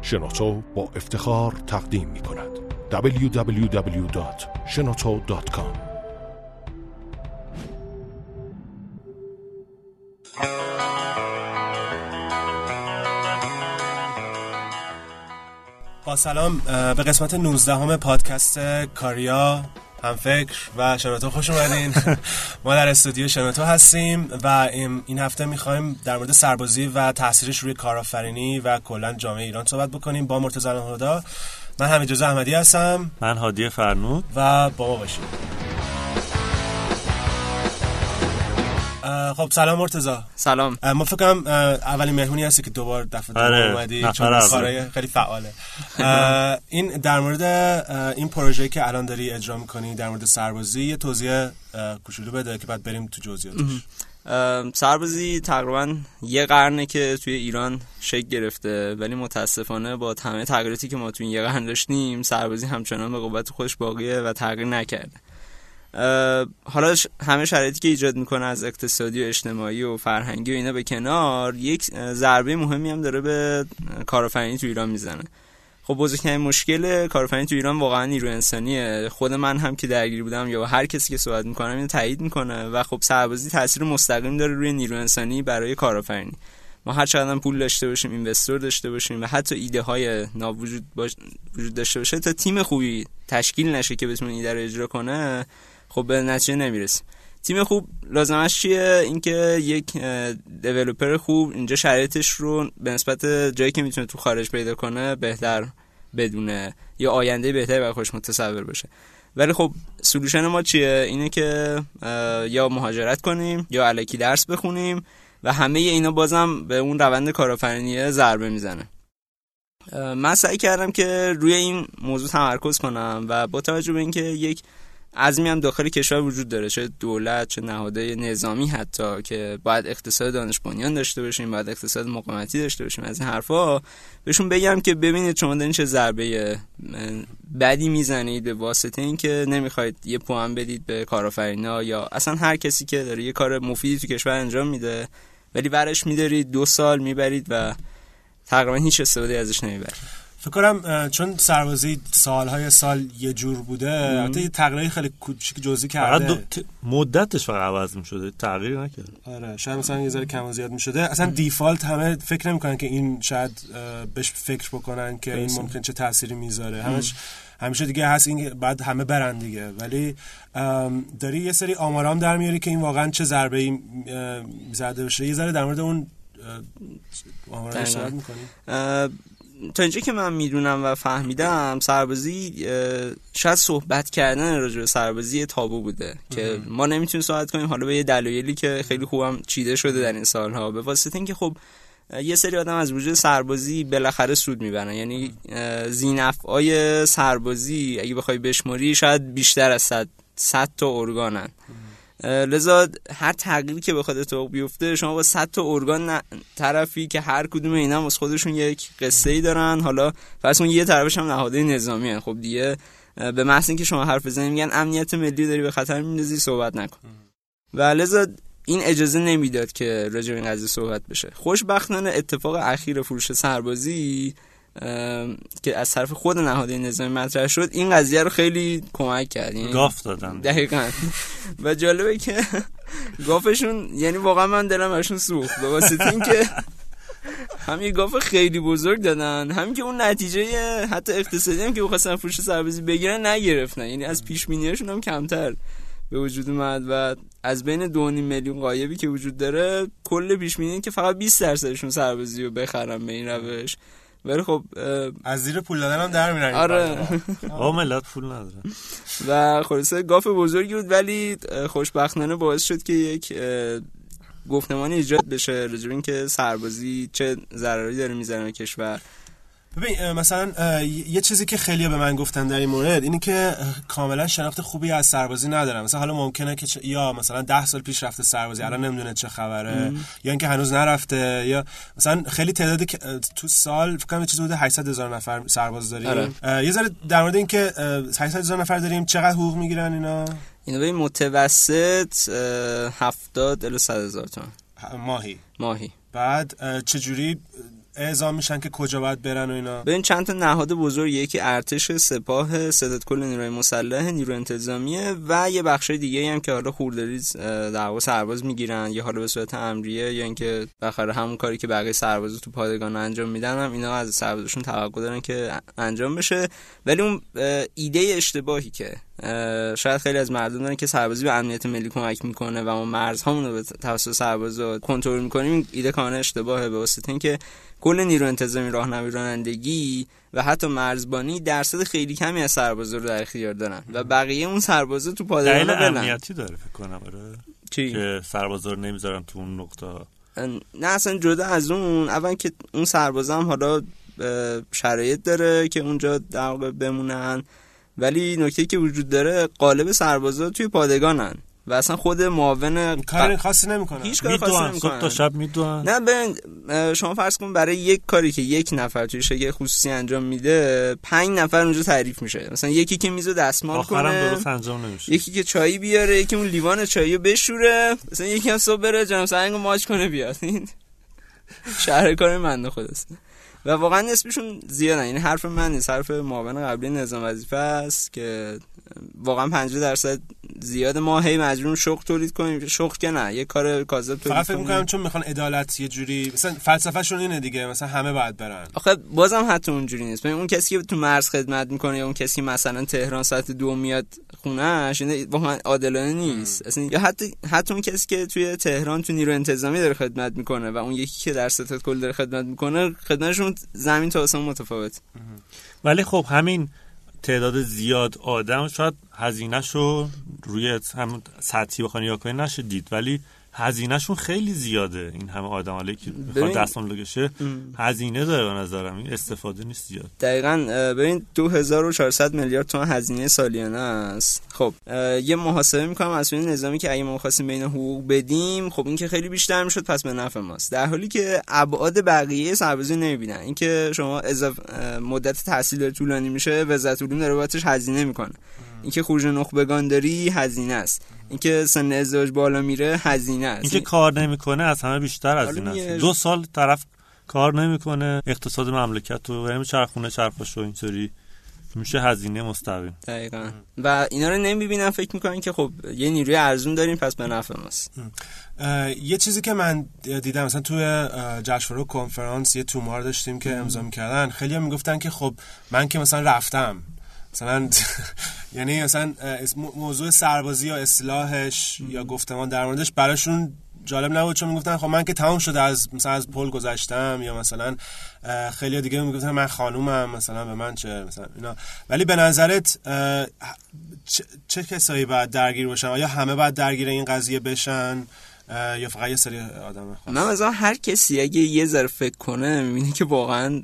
شنوتو با افتخار تقدیم می کند www.shenoto.com. با سلام به قسمت 19 پادکست کاریا همفکر و شنوتو خوش اومدین. ما در استودیو شنوتو هستیم و این هفته میخوایم در مورد سربازی و تاثیرش روی کارآفرینی و کلا جامعه ایران صحبت بکنیم با مرتضی الهدی. من حمیدرضا احمدی هستم. من هادی فرنود و با ما باشید. خب سلام مرتضی. سلام. ما فکر کنم اولین مهمونی هستی که دوبار دفعه اومدی چون کارهای خیلی فعاله. این در مورد این پروژه‌ای که الان داری اجرا می‌کنی در مورد سربازی یه توضیح کوچولو بده که بعد بریم تو جزئیاتش. سربازی تقریبا یه قرنه که توی ایران شکل گرفته، ولی متاسفانه با تمام تغییراتی که ما توی این یه قرن داشتیم سربازی همچنان به قوت خودش باقیه و تغییر نکرده. حالا همه شرایطی که ایجاد میکنه از اقتصادی و اجتماعی و فرهنگی و اینا به کنار، یک ضربه مهمی هم داره به کارآفرینی تو ایران میزنه. خب بزرگترین مشکل کارآفرینی تو ایران واقعا نیروی انسانیه. خود من هم که درگیر بودم یا هر کسی که صحبت میکنم اینو تایید میکنه و خب سربازی تاثیر مستقیم داره روی نیروی انسانی برای کارآفرینی. ما هر چقدر پول داشته باشیم، اینوستور داشته باشیم و حتی ایده های ناوجود وجود داشته باشه، تا تیم خوبی تشکیل نشه که بتونه ایده رو اجرا کنه، خب به نتیجه نمیرسیم. تیم خوب لازمش چیه؟ اینکه یک دیولپر خوب اینجا شرایطش رو به نسبت جایی که میتونه تو خارج پیدا کنه بهتر بدونه یا آینده بهتری برای خودش متصور بشه. ولی خب سولوشن ما چیه؟ اینه که یا مهاجرت کنیم یا الکی درس بخونیم و همه اینا بازم به اون روند کارآفرینی ضربه میزنه. من سعی کردم که روی این موضوع تمرکز کنم و با توجه به اینکه یک عزمی هم داخل کشور وجود داره، چه دولت چه نهادهای نظامی، حتی که باید اقتصاد دانش بنیان داشته باشیم، باید اقتصاد مقاومتی داشته باشیم، از این حرفا بهشون بگم که ببینید شما دارین چه ضربه بدی میزنید به واسطه اینکه نمیخواید یه پوان بدید به کارآفرینا یا اصلا هر کسی که داره یه کار مفیدی تو کشور انجام میده، ولی برش میدارید 2 سال میبرید و تقریبا هیچ استفاده ازش نمیبرید. فکر کنم چون سربازی سالهای سال یه جور بوده، البته یه تغییری خیلی کوچیک جزئی کرده، مدتش فقط عوض می‌شده، تغییر نکرده. آره شاید مثلا یه ذره کم و زیاد می‌شده. اصلا دیفالت همه فکر نمی‌کنن که این شاید بهش فکر بکنن که این ممکن چه تأثیری میذاره. همیشه دیگه هست این بعد همه برن دیگه، ولی داری یه سری آمارام در میاری که این واقعا چه ضربه‌ای زده بشه. یه ذره در مورد اون آمارا صحبت می‌کنی؟ تا اینجا که من میدونم و فهمیدم سربازی شاید صحبت کردن راجع به سربازی تابو بوده که ما نمیتونیم صحبت کنیم، حالا به یه دلایلی که خیلی خوبم چیده شده در این سالها، به واسطه اینکه خب یه سری آدم از وجود سربازی بالاخره سود میبرن. یعنی ذینفعای سربازی اگه بخوای بشماری شاید بیشتر از 100 تا ارگانن. لذا هر تغییری که بخواد اتفاق بیفته شما با 100 تا ارگان طرفی که هر کدوم اینا از خودشون یک قصه‌ای دارن، حالا فرض کن یه طرفش هم نهادهای نظامی هستن، خب دیگه به محض اینکه شما حرف بزنید میگن امنیت ملی داری به خطر میندازی، صحبت نکن. و لذا این اجازه نمیداد که راجع به این قضیه صحبت بشه. خوشبختانه اتفاق اخیر فروش سربازی که از طرف خود نهادهای نظامی مطرح شد این قضیه رو خیلی کمک کرد، یعنی گاف دادن دقیقاً. و جالبه که گافشون یعنی واقعا من دلم براشون سوخت به واسطه اینکه هم یه گاف خیلی بزرگ دادن، همین که اون نتیجه حتی اقتصادی هم که بخواستن فروش سربازی بگیرن نگرفتن، یعنی از پیش بینیاشون هم کمتر به وجود اومد و از بین 2.5 میلیون غایبی که وجود داره کل پیش بینی که فقط 20% سربازی رو بخرن به این روش. ولی خب از زیر پول دادن هم در میرن. آره ملت پول ندارن و خلاصه گاف بزرگی بود، ولی خوشبختانه باعث شد که یک گفتمان ایجاد بشه راجع به اینکه سربازی چه ضرری داره میزنه به کشور. ببین مثلا یه چیزی که خیلی‌ها به من گفتن در این مورد اینه که کاملا شناخت خوبی از سربازی ندارم. مثلا حالا ممکنه که یا مثلا 10 سال پیش رفته سربازی الان نمیدونه چه خبره، یا اینکه هنوز نرفته، یا مثلا خیلی تعدادی که تو سال فکر کنم چیزی حدود 800,000 نفر سرباز داریم. یه ذره در مورد اینکه 800,000 نفر داریم چقدر حقوق میگیرن اینا به متوسط 70 الی 100,000 تومان ماهی. بعد چجوری اعزام میشن که کجا باید برن و اینا؟ ببین چند تا نهاد بزرگ، یکی ارتش، سپاه، ستاد کل نیروی مسلح، نیروی انتظامیه و یه بخشای دیگه‌ای هم که حالا خوردریز در واقع سرباز میگیرن، یا حالا به صورت امریه یا اینکه بخره همون کاری که بقیه سربازا تو پادگان انجام میدن هم اینا از سربازشون توقع دارن که انجام بشه. ولی اون ایده اشتباهی که شاید خیلی از مردم دارن که سربازی به امنیت ملی کمک میکنه و ما مرزهامون رو به توسط سربازا کنترل میکنیم، ایده کاملا اشتباهه. به واسطه اینکه کل نیرو انتظامی، راهنمایی، رانندگی و حتی مرزبانی درصد خیلی کمی از سربازا رو در اختیار دارن و بقیه اون سربازا تو پادگان دلیل امنیتی داره فکر کنم. آره چی؟ که سربازا رو نمیذارن تو اون نقطه. نه اصلا جدا از اون، اول که اون سربازا هم حالا شرایط داره که اونجا در واقع بمونن، ولی نکته‌ای که وجود داره قالب سربازا توی پادگانن و اصلا خود معاون کاری خاصی نمیکنه، هیچ کاری خاصی نمیکنه، صبح تا شب میدونن. نه ببین شما فرض کن برای یک کاری که یک نفر توی شرکت خصوصی انجام میده 5 نفر اونجا تعریف میشه. مثلا یکی که میزو دستمال کنه، آخرام درست انجام نمیشه، یکی که چای بیاره، یکی اون لیوان چایو بشوره، مثلا یکی هم صبح بره جناب سرنگو ماچ کنه بیاد. این شهر کار من خودست و واقعا نسبشون زیادن. یعنی حرف من نیست، حرف معاون قبلی نظام وظیفه است که واقعا 50% زیاد ما هی مجبوریم شغل تولید کنیم. شغل که نه، یه کار کاذب تولید کنیم. فقط فکر می‌کنم چون میخوان عدالت یه جوری، مثلا فلسفه‌شون اینه دیگه، مثلا همه باید برن. آخه بازم حتی اونجوری نیست. اون کسی که تو مرز خدمت میکنه یا اون کسی که مثلا تهران ساعت 2 میاد خونه‌اش، این واقعا عادلانه نیست اصلا. یا حتی اون کسی که توی تهران تو نیرو انتظامی داره خدمت میکنه و اون یکی که در ستاد کل داره خدمت میکنه، خدمتشون زمین تا آسمون متفاوت. ولی خب همین تعداد زیاد آدم شاید هزینه‌شو روی همون سطحی بخوان یا کنی نشه دید، ولی هزینه‌شون خیلی زیاده. این همه آدمالی که بخواد دستمال بگشه هزینه داره به نظرم، این استفاده نیست زیاد. دقیقاً. ببین 2400 میلیارد تومان هزینه سالیانه است. خب یه محاسبه میکنم مسئولین نظامی که اگه ما خواستیم بین حقوق بدیم، خب این که خیلی بیشتر میشد، پس به نفع ماست، در حالی که ابعاد بقیه سربازی نمیبینن. این که شما اضافه مدت تحصیل طولانی میشه، وزارت علوم داره بابتش هزینه میکنه. اینکه خروج نخبگان داری هزینه است، اینکه سن ازدواج بالا میره هزینه است، اینکه کار نمیکنه از همه بیشتر هزینه است. 2 سال طرف کار نمیکنه، اقتصاد مملکت رو یعنی چرخونه چرخاشو اینطوری میشه هزینه مستقیم. دقیقاً. و اینا رو نمیبینن، فکر میکنن که خب یه نیروی ارزون داریم پس به نفع ماست. یه چیزی که من دیدم مثلا توی جشنواره کنفرانس یه تومار داشتیم که امضا می‌کردن، خیلی‌ها میگفتن که خب من که مثلا رفتم مثلا یعنی مثلا موضوع سربازی یا اصلاحش یا گفتمان در موردش براشون جالب نبود، چون میگفتن خب من که تمام شده، از مثلا از پل گذشتم، یا مثلا خیلی دیگه میگفتن من خانومم مثلا به من چه مثلا اینا. ولی به نظرت چه کسایی باید درگیر باشن؟ آیا همه باید درگیر این قضیه بشن یا فقط یه سری آدم خاص؟ من مثلا هر کسی اگه یه ذره فکر کنه میبینه که واقعا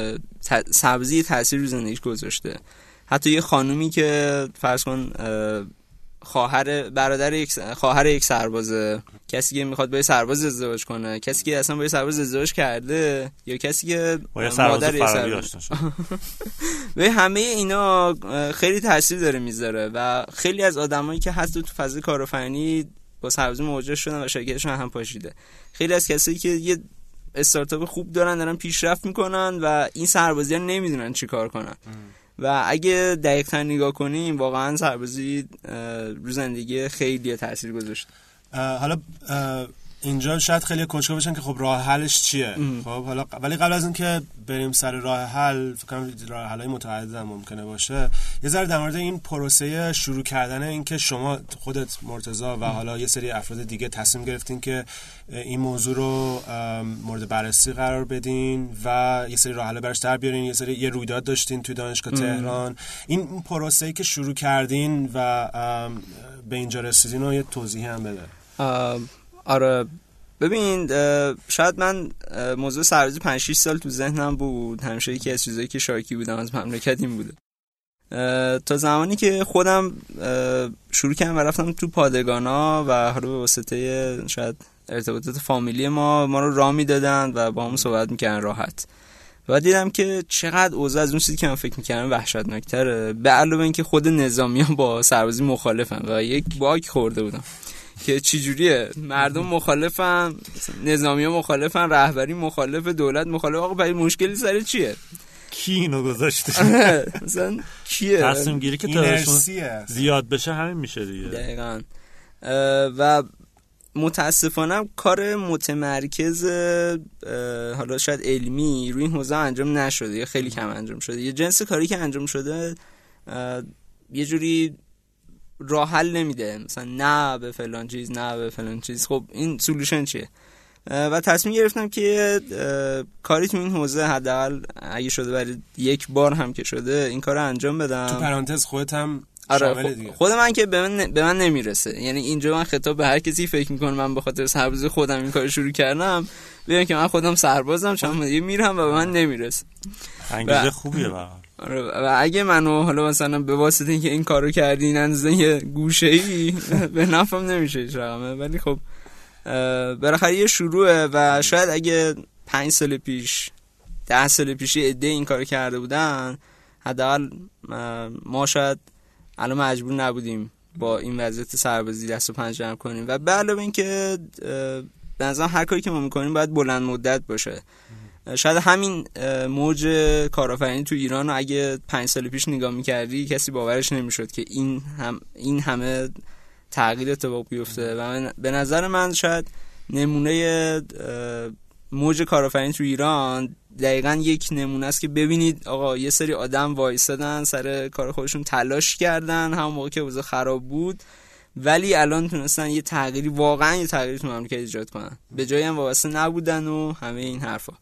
سبزی تاثیر رو زندگیش گذاشته. حتی یه خانومی که فرض کن خواهر یک سربازه، کسی که میخواد با یه سرباز ازدواج کنه، کسی که اصلا با یه سرباز ازدواج کرده، یا کسی که مادر یه سرباز به همه اینا خیلی تاثیر داره میذاره و خیلی از آدمایی که حتی تو فضای کارآفرینی با سربازی مواجه شدن و شرکتشون هم پاشیده، خیلی از کسایی که یه استارتاپ خوب دارن پیشرفت میکنن و این سربازی ها نمیدونن چی کار کنن. و اگه دقیق‌تر نگاه کنیم واقعا سربازی رو زندگی خیلی تاثیر گذاشت. حالا اینجا شاید خیلی کنجکاو بشن که خب راه حلش چیه. خب حالا ولی قبل از این که بریم سر راه حل، فکر کنم راه حل‌های متعدد هم ممکنه باشه، یه ذره در مورد این پروسه شروع کردن، این که شما خودت مرتضی و حالا یه سری افراد دیگه تصمیم گرفتین که این موضوع رو مورد بررسی قرار بدین و یه سری راه حل براش در بیارین، یه رویداد داشتین توی دانشگاه تهران. این پروسه‌ای که شروع کردین و به اینجا رسیدین رو یه توضیحی هم بده. آره ببین، شاید من موضوع سربازی 5-6 سال تو ذهنم بود، همیشه یکی از چیزایی که شاکی بودم از مملکت این بوده، تا زمانی که خودم شروع کردم و رفتم تو پادگانا و حالا به واسطه شاید ارتباطات فامیلی ما رو راه میدادن و با هم صحبت میکردن راحت، و دیدم که چقدر اوضاع از اون چیزی که من فکر میکردم وحشتناک‌تره، به علاوه اینکه خود نظامیان با سربازی مخالفن و یک باگ خورده بودم که چجوریه مردم مخالفن، نظامی‌ها مخالفن، رهبری مخالف، دولت مخالف. آقا برای مشکلی سر چیه؟ کی اینو گذاشته؟ مثلا کیه؟ تصمیم گیری که تعدادشون زیاد بشه همین میشه دیگه. دقیقاً. و متاسفانه کار متمرکز حالا شاید علمی روی این حوزه انجام نشده یا خیلی کم انجام شده. یه جنس کاری که انجام شده یه جوری راه حل نمیده، مثلا نه به فلان چیز، نه به فلان چیز. خب این سولوشن چیه؟ و تصمیم گرفتم که کاری تو این حوزه حداقل اگه شده برای یک بار هم که شده این کارو انجام بدم. تو پرانتز خودت هم آره خود من که به من نمیرسه. یعنی اینجا من خطاب به هر کسی فکر میکنم من به خاطر سربازی خودم این کارو شروع کردم، ببین که من خودم سربازم، چند دیگه میرم و به من نمیرسه. انگیزه خوبیه واقعا. و اگه منو حالا مثلا به واسطه اینکه این کارو کردین اندازه یه گوشه‌ای به نفعم نمیشه هیچ رقمه، ولی خب بالاخره یه شروعه و شاید اگه 5 سال پیش 10 سال پیش عده این کارو کرده بودن حداقل ما شاید الان مجبور نبودیم با این وضعیت سربازی دست و پنجه جمع کنیم. و به علاوه اینکه به نظرم هر کاری که ما میکنیم باید بلند مدت باشه. شاید همین موج کارآفرینی تو ایران رو اگه 5 سال پیش نگاه میکردی کسی باورش نمیشد که این همه تغییر اتفاق بیفته. و به نظر من شاید نمونه موج کارآفرینی تو ایران دقیقاً یک نمونه است که ببینید آقا یه سری آدم وایسادن سر کار خودشون تلاش کردن همون موقع که اوضاع خراب بود، ولی الان تونستن یه تغییری، واقعاً یه تغییری تو مملکت ایجاد کنن، به جایی هم وابسته نبودن و همه این حرفا.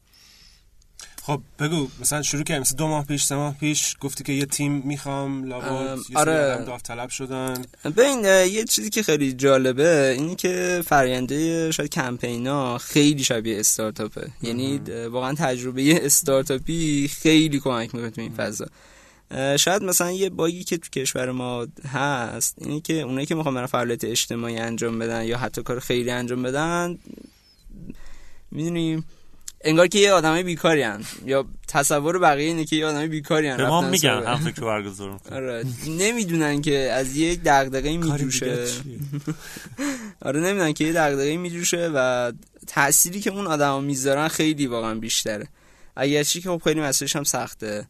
خب بگو مثلا شروع کردیم مثلا 2 ماه پیش 3 ماه پیش گفتی که یه تیم میخوام لابد یه سری آدم داوطلب شدن. ببین یه چیزی که خیلی جالبه اینی که فرآیند شاید کمپینا خیلی شبیه استارتاپه. یعنی واقعا تجربه استارتاپی خیلی کمک میکنه تو این فضا. شاید مثلا یه باگی که تو کشور ما هست اینی که اونایی که میخوان برن فعالیت اجتماعی انجام بدن یا حتی کار خیری انجام بدن، میدونیم انگار که یه آدمای بیکاری هستن یا تصور بقیه اینه که یه آدمای بیکاری هستن. به ما میگن هم فکر برگزار میکنن. آره نمیدونن که از یک دغدغه‌ای میجوشه. آره نمیدونن که یه دغدغه‌ای میجوشه و تأثیری که اون آدما میذارن خیلی واقعا بیشتره. اگرچه که خب خیلی مسئلهش هم سخته.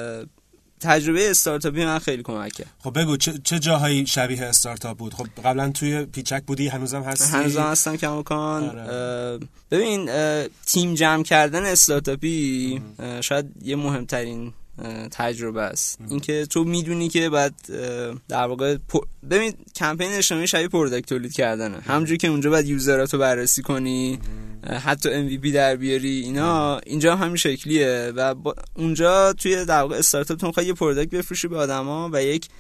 تجربه استارتاپی من خیلی کمک کرد. خب بگو چه جاهایی شبیه استارتاپ بود؟ خب قبلا توی پیچک بودی، هنوزم هستی؟ هنوزم هستم کماکان. ببین تیم جمع کردن استارتاپی شاید یه مهمترین تجربه است. اینکه تو میدونی که بعد در واقع ببین کمپین اجتماعی شبیه پروداکت تولید کردنه. همونجوری که اونجا بعد یوزراتو بررسی کنی، حتی MVP در بیاری، اینا اینجا همین شکلیه. و اونجا توی در واقع استارتاپ تو می‌خوای یه پروداکت بفروشی به آدما و یک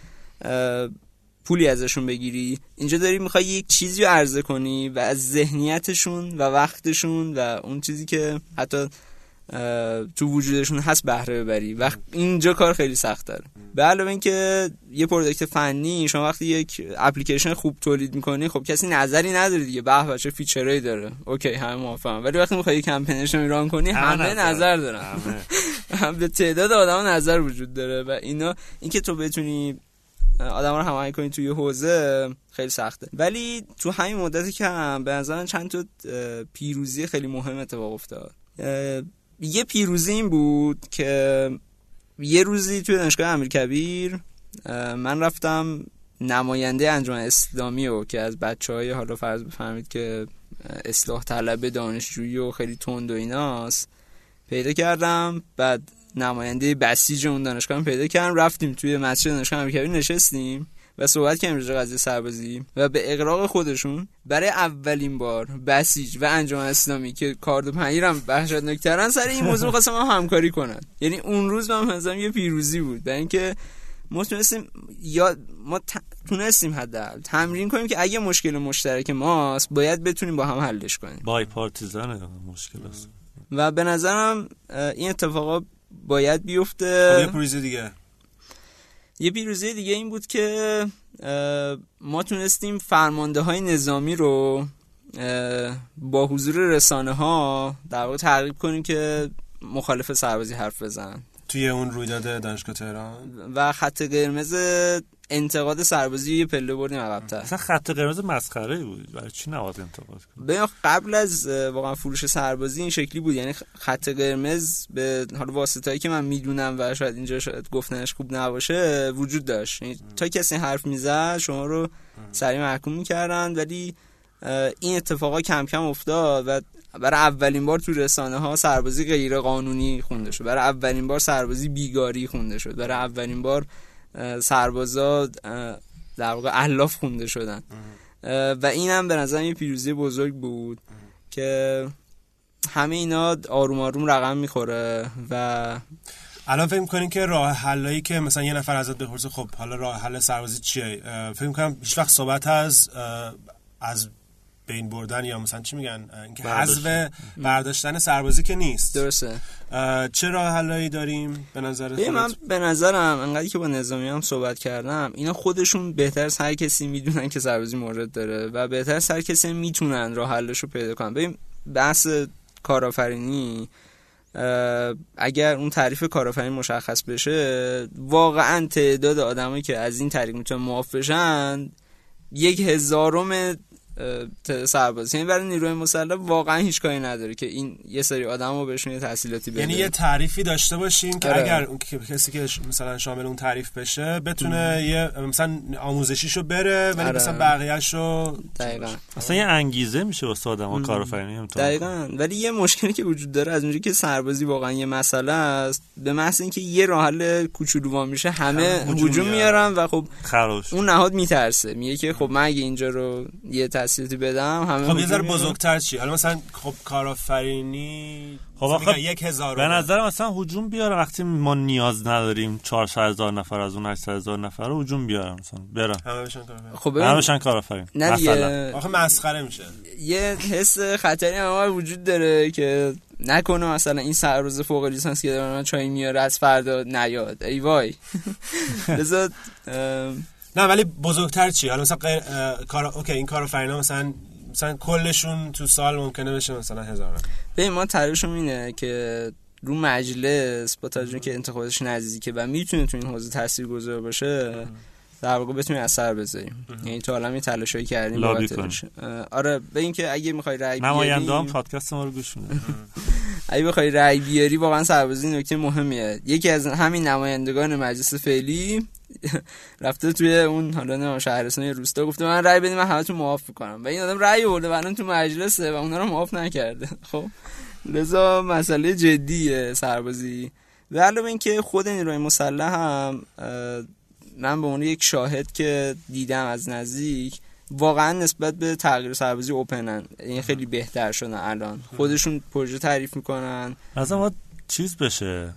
پولی ازشون بگیری. اینجا داری می‌خوای یک چیزی رو عرضه کنی و از ذهنیتشون و وقتشون و اون چیزی که حتی تو وجودشون هست بهره ببری و اینجا کار خیلی سخت داره. به علاوه اینکه یه پروداکت فنی شما وقتی یک اپلیکیشن خوب تولید میکنی خب کسی نظری نداره دیگه، به چه فیچرایی داره، اوکی همه موافقن. ولی وقتی میخوای کمپینش رو ران کنی همه نظر دارن، هم به تعداد آدما نظر وجود داره و اینکه تو بتونی آدما رو هماهنگ کنی توی حوزه خیلی سخته. ولی تو همین مدتی که هم به نظر من چند تا پیروزی خیلی مهم اتفاق افتاد. یه پیروزی این بود که یه روزی توی دانشگاه امیرکبیر من رفتم نماینده انجمن اسلامی رو که از بچهای حالا فرض بفهمید که اصلاح طلب دانشجویی و خیلی تند و ایناست پیدا کردم. بعد نماینده بسیج اون دانشگاه پیدا کردم، رفتیم توی مسجد دانشگاه امیرکبیر نشستیم و صحبت کردیم راجع به قضیه سربازی و به اغراق خودشون برای اولین بار بسیج و انجمن اسلامی که کارد و پنیرم وحشتناک‌ترن سر این موضوع خواستم همکاری کنن. یعنی اون روز من مثلا یه پیروزی بود، برای اینکه ما تونستیم حداقل تمرین کنیم که اگه مشکل مشترک ماست باید بتونیم با هم حلش کنیم. بای پارتیزانه مشکل است. و به نظرم این اتفاقا باید بیفته. یه پیروزی دیگه این بود که ما تونستیم فرمانده های نظامی رو با حضور رسانه ها در واقع ترغیب کنیم که مخالف سربازی حرف بزنن توی اون رویداد دانشگاه تهران. و خط قرمز انتقاد سربازی یه پله بردیم عقب‌تر. اصلا خط قرمز مسخره بود، برای چی نباید انتقاد کنیم؟ قبل از واقعا فروش سربازی این شکلی بود، یعنی خط قرمز به حالا واسطه‌ای که من میدونم و شاید اینجا شاید گفتنش خوب نباشه وجود داشت، یعنی تا کسی حرف میزد شما رو سریع محکوم میکردن، ولی این اتفاقا کم کم افتاد و برای اولین بار تو رسانه ها سربازی غیر قانونی خونده شد، برای اولین بار سربازی بیگاری خونده شد، برای اولین بار سربازا در واقع اهلاف خونده شدن و اینم به نظر یه پیروزی بزرگ بود که همه اینا آروم آروم رقم میخوره. و الان فکر می‌کنین که راه حلایی که مثلا یه نفر ازت بپرسه خب حالا راه حل سربازی چیه، فکر می‌کنم هیچ وقت صحبت از بین بردن یا مثلا چی میگن اینکه حذف برداشتن سربازی که نیست. درسته. چه راه حلایی داریم به نظر خودت؟ من به نظرم انقدری که با نظامیان صحبت کردم اینا خودشون بهتر از هر کسی میدونن که سربازی مورد داره و بهتر از هر کسی میتونن راه حلشو پیدا کنن. ببین بحث کارآفرینی اگر اون تعریف کارآفرین مشخص بشه واقعا تعداد آدمایی که از این طریق میتونن معاف بشن 1/1000 سرباز، یعنی برای نیروی مسلح واقعا هیچ کاری نداره که این یه سری آدمو بهشون یه تحصیلاتی بده. یعنی یه تعریفی داشته باشیم که اگر کسی که مثلا شامل اون تعریف بشه بتونه یه مثلا آموزشیشو بره ولی مثلا بقیه‌شو دقیقاً اصلا یه انگیزه میشه واسه آدم‌ها کارآفرینی همینطور. دقیقاً. ولی یه مشکلی که وجود داره از اونجایی که سربازی واقعا یه مسئله است، به محض اینکه یه راه حل کوچولو وا میشه همه هجوم میارن و خب اون نهاد میترسه، میگه که خب من اگه اینجا رو یه تحصیلاتی بدم همه خب یه ذره بزرگتر چی؟ حالا مثلا خب کارآفرینی خب 1000 به نظر مثلا هجوم بیاره وقتی ما نیاز نداریم 400,000 نفر از اون 800,000 نفر رو هجوم بیارن مثلا برن همه بشن کارآفرین. مثلا آخه مسخره میشه. یه حس خطری هم وجود داره که نکنه مثلا این سرباز فوق لیسانس که داره من چای میاره از فردا نیاد ای وای. بذار نه ولی بزرگتر چی؟ حالا مثلا اوکی این کارآفرینا مثلا کلشون تو سال ممکنه بشه مثلا 1000. ببین ما تعریفشون اینه که رو مجلس با توجه که انتخاباتش نزدیکه و میتونه تو این حوزه تاثیرگذار باشه در واقع بتونیم اثر بذاریم. یعنی تو الان می تلاشایی کردیم بابتش. آره به این که اگه میخوای رأی بیاری نماینده‌ام پادکست ما رو گوش میدن. اگه بخوای رأی بیاری واقعا سربازی نکته مهمیه. یکی از همین نمایندگان مجلس فعلی رفته توی اون حالا نه شهرستان روستا گفته من رأی بدید من همتون معاف می‌کنم و این آدم رأی آورده و الان تو مجلسه و اونا رو معاف نکرده. خب لذا مسئله جدیه سربازی. و علاوه اینکه خود نیروی مسلح هم من به عنوان یک شاهد که دیدم از نزدیک واقعا نسبت به تغییر سربازی اوپنن، این خیلی بهتر شدن الان، خودشون پروژه تعریف میکنن. مثلا ما چیز بشه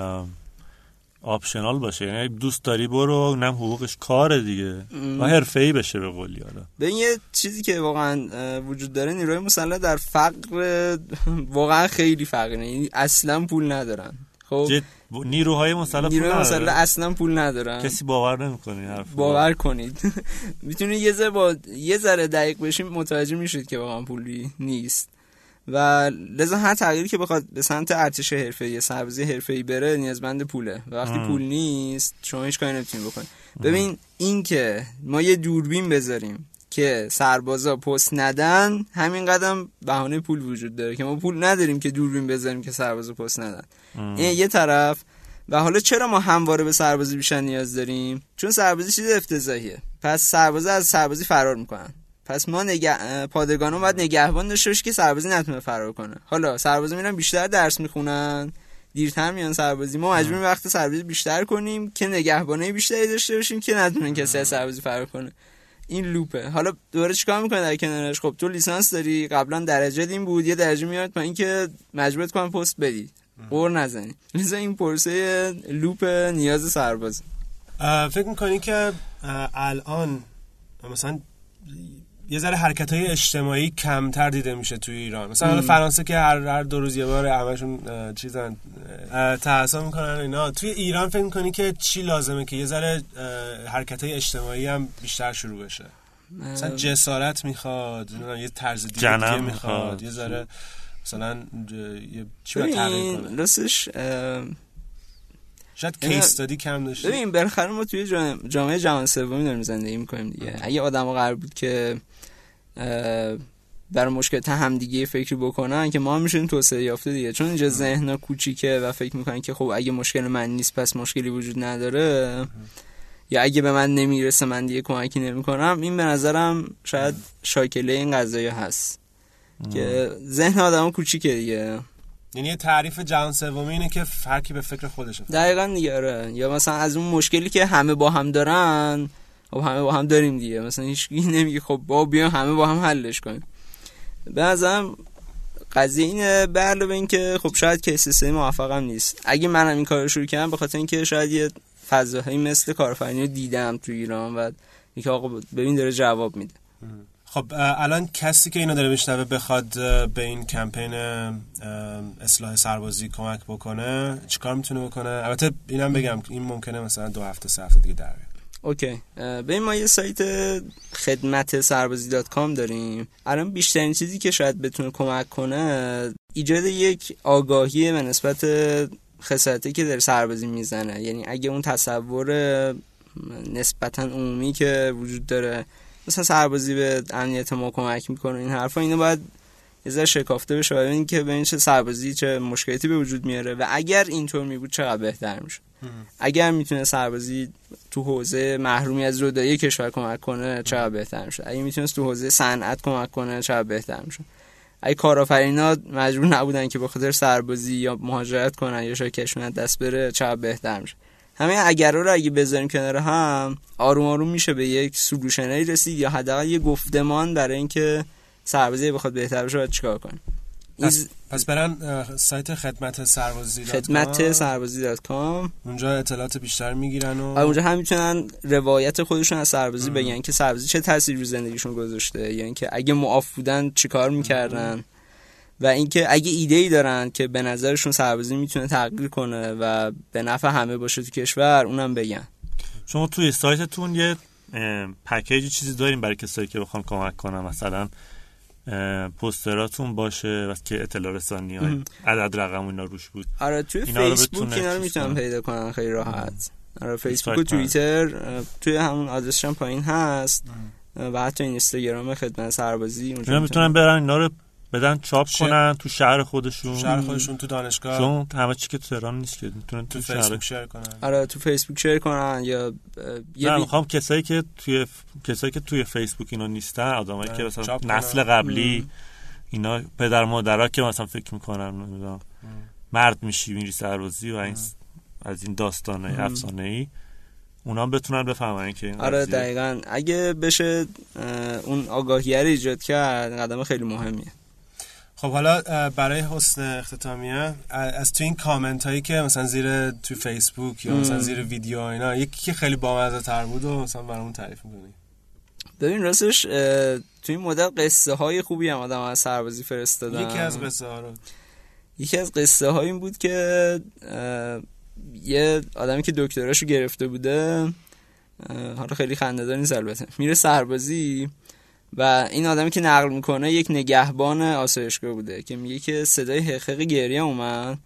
آپشنال باشه، یعنی دوست داری برو نم حقوقش کار دیگه و حرفه‌ای بشه به قولی. حالا به یه چیزی که واقعا وجود داره نیروی مسلح در فقر واقعا خیلی فقیره، یعنی اصلا پول ندارن. خب نیروهای مسلح اصلا پول ندارن. کسی باور نمی‌کنه این حرفو. باور کنید. میتونید یه ذره دقیق بشین متوجه میشید که واقعا پولی نیست و لذا هر تغییری که بخواد به سمت ارتش حرفه‌ای سربازی حرفه‌ای بره نیازمند پوله و وقتی پول نیست شما هیچ کاری نمیتونید بکنید. ببین این که ما یه دوربین بذاریم که سربازا پست ندن همین قدم بهانه پول وجود داره که ما پول نداریم که دوربین بذاریم که سربازا پست ندن. این یه طرف. و حالا چرا ما همواره به سربازی بیشتر نیاز داریم؟ چون سربازی چیز افتضاحیه، پس سربازا از سربازی فرار میکنن، پس ما پادگانان باید نگهبان داشته باشیم که سربازی نتونه فرار کنه. حالا سربازا میرن بیشتر درس میخونن دیرتر میان سربازی، ما مجبوریم وقت سربازی بیشتر کنیم که نگهبانای بیشتری داشته باشیم که نتونن کسی از سربازی فرار کنه. این لوپه. حالا دوباره چیکار میکنه در کنارش؟ خب تو لیسانس داری، قبلا درجه این بود، یه درجه میاد پایین که مجبورت کنن پست بدی، قور نزنی. لذا این پروسه لوپ نیاز سرباز. فکر میکنی که الان مثلا یه ذره حرکت‌های اجتماعی کمتر دیده میشه توی ایران؟ مثلا فرانسه که هر 2 روز یه بار همشون چیزن تحصیل میکنن اینا. توی ایران فکر میکنی که چی لازمه که یه ذره حرکت‌های اجتماعی هم بیشتر شروع بشه؟ مثلا جسارت میخواد، یه طرز دیگه میخواد، یه ذره مثلا چی باید تغییر کنه؟ راستش شاید کیس استادی کم داشته. ببین بالاخره ما توی جامعه جهان سومی داریم زندگی می‌کنیم دیگه. اگه آدم‌ها قرار بود که برای مشکل همدیگه فکری بکنن که ما هم میشیم توسعه یافته دیگه، چون اینجا ذهن‌ها کوچیکه و فکر میکنن که خب اگه مشکل من نیست پس مشکلی وجود نداره، یا اگه به من نمیرسه من دیگه کمکی نمیکنم. این به نظرم شاید شاکله این قضیه هست که ذهن آدم‌ها کوچیکه دیگه. یعنی تعریف جهان سومی اینه که هر کی به فکر خودشه. دقیقاً دیگه. یا مثلا از اون مشکلی که همه با هم دارن، خب همه با هم داریم دیگه، مثلا هیچ کی نمیگه خب با بیایم همه با هم حلش کنیم. به نظرم قضیه اینه، به علاوه این که خب شاید کیس استادی موفقم نیست. اگه منم این کارو شروع کردم به خاطر اینکه شاید یه فضاهایی مثل کارآفرینی رو دیدم تو ایران و اینکه آقا ببین داره جواب میده. خب الان کسی که اینو داره میشنوه بخواد به این کمپین اصلاح سربازی کمک بکنه چیکار میتونه بکنه؟ البته اینم بگم این ممکنه مثلا 2 هفته 3 هفته دیگه در بیاد. اوکی، ببین ما یه سایت خدمت سربازی.com داریم. الان بیشترین چیزی که شاید بتونه کمک کنه ایجاد یک آگاهی به نسبت خسارتی که در سربازی میزنه. یعنی اگه اون تصور نسبتا عمومی که وجود داره مثلا سربازی به امنیت ما کمک میکنه این حرفا، اینو باید یه ذره شکافته بشه و ببینید که ببین چه سربازی چه مشکلاتی به وجود میاره و اگر اینطور میبود چقدر بهتر میشه. اگر میتونه سربازی تو حوزه محرومی از رودایی کشور کمک کنه چقدر بهتر میشه. اگه میتونه تو حوزه صنعت کمک کنه چقدر بهتر میشه. اگه کارآفرینا مجبور نبودن که به خاطر سربازی یا مهاجرت کنن یا شاید کشون دست بره چقدر بهتر میشه. همه اگرها رو اگه بذاریم کنار هم آروم آروم میشه به یک سولوشنی رسید یا حداقل یه گفتمان برای اینکه سربازی بخواد بهتر بشه باید چیکار کنیم. پس برن سایت خدمت سربازی.com اونجا اطلاعات بیشتر میگیرن و اونجا هم میتونن روایت خودشون از سربازی بگن که سربازی چه تأثیری رو زندگیشون گذاشته، یعنی که اگه معاف بودن چیکار میکردن و اینکه اگه ایده‌ای دارن که به نظرشون سربازی میتونه تغییر کنه و به نفع همه باشه تو کشور اونم بگن. شما توی سایتتون یه پکیج چیزی دارین برای کسایی که بخوان کمک کنن، مثلا پوستراتون باشه که اطلاع رسانی های عدد رقم اینا روش بود؟ آره توی فیسبوک اینا رو میتونن پیدا کنن خیلی راحت. آره فیسبوک و توییتر توی همون آدرسش هم پایین هست و حتی اینستاگرام خدمت سربازی اونجا میتونن برن اینا رو بدن چاپ کنن تو شهر خودشون تو دانشگاه، چون همه چی که تو تهران نیست که میتونن تو فیسبوک شیر کنن. آره تو فیسبوک شیر کنن یا من میخوام کسایی که توی فیسبوک اینا نیستن، آدمایی که مثلا نسل قبلی اینا پدر مادرها که مثلا فکر میکنن مرد میشی میری سربازی و این از این داستانه افسانه‌ای اونا بتونن بفهمن که این آره دقیقاً اگه بشه اون آگاهی رو ایجاد کرد قدم خیلی مهمیه. خب حالا برای حسن اختتامیه از تو این کامنت هایی که مثلا زیر تو فیسبوک یا مثلا زیر ویدیو اینا یکی که خیلی بامزه تر بود و مثلا برامون تعریف می‌کنی؟ ببین راستش تو این مدل قصه های خوبی هم آدم از سربازی فرستادن. یکی از قصه ها این بود که یه آدمی که دکتراشو گرفته بوده، حالا خیلی خنده‌دار نیست البته، میره سربازی و این آدمی که نقل میکنه یک نگهبان آسایشگاه بوده که میگه که صدای حقیق گریه اومد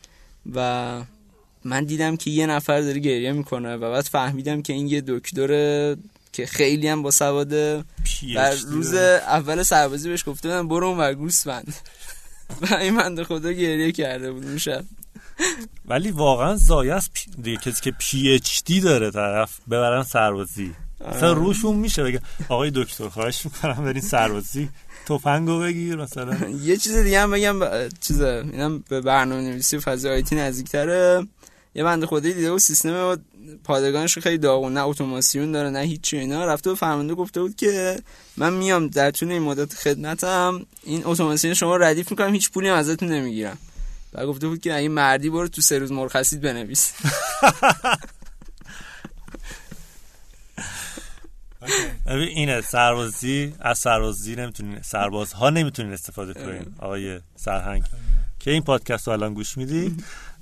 و من دیدم که یه نفر داره گریه میکنه و بعد فهمیدم که این یه دکتره که خیلی هم با سواده و روز اول سربازی بهش گفته بودن برو اون ور گوسفند و این بنده خدا گریه کرده بود اون شب. ولی واقعا زایه است کسی که PhD داره طرف ببرن سربازی، مثلا روشون میشه بگه آقای دکتر خواهش میکنم برین سربازی تفنگو بگیر مثلا. یه چیز دیگه هم بگم، اینم به برنامه‌نویسی فضای آیتی نزدیک‌تره. یه بنده خدایی دیده و سیستم پادگانش خیلی داغون، نه اتوماسیون داره نه هیچ اینا، رفته و فرمانده گفته بود که من میام در طول این مدت خدمتم این اتوماسیون شما رو ردیف میکنم، هیچ پولی هم ازتون نمیگیرم. و گفته بود که این مردی برو تو 3 روز مرخصیت بنویس. اینه سربازی، از سربازی نمیتونین، سربازها نمیتونین استفاده کنین. آقای سرهنگ که این پادکست رو الان گوش میدی.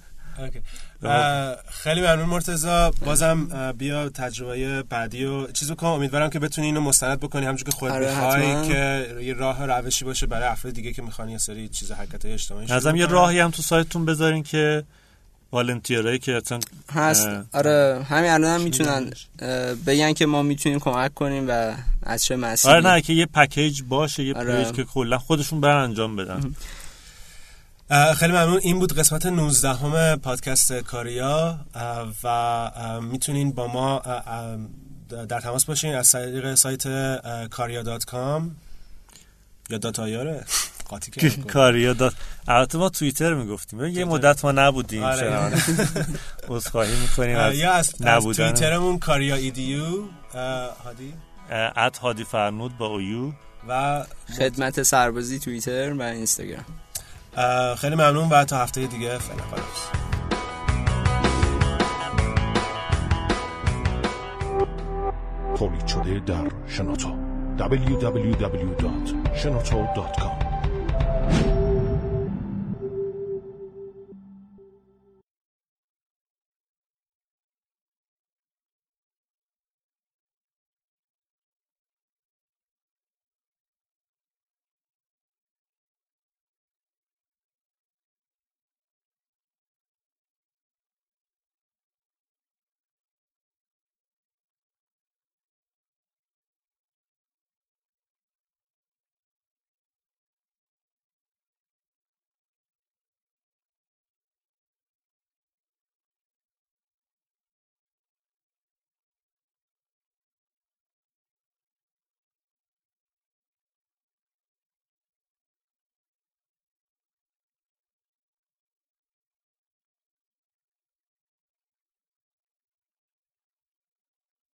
خیلی ممنون مرتضی، بازم بیا تجربه بعدی و چیزو کنم، امیدوارم که بتونی اینو مستند بکنی همونجوری که خودت می‌خوای که یه راه روشی باشه برای افراد دیگه که می‌خوان یه سری چیز حرکت‌های اجتماعی. لازم یه راهی هم تو سایتتون بذارین که والنتیرایی که اصلا هست. آره همین الان هم میتونن بگن که ما میتونیم کمک کنیم و از چه مسیری. آره نه که یه پکیج باشه، یه پیج که کلا خودشون برن انجام بدن. خیلی ممنون. این بود قسمت 19 پادکست کاریا و میتونین با ما در تماس باشین از طریق سایت karia.com یا داتایاره قاطی کردم کاریا دات. البته ما توییتر میگفتیم، یه مدت ما نبودیم. عذرخواهی میکنیم یا از نبودن. توییترمون کاریا ایدیو هادی @هادی فرنود با اویو و خدمت سربازی توییتر و اینستاگرام. خیلی ممنون و تا هفته دیگه فعلا خداحافظ. تولید شده در شنوتو www.shenoto.com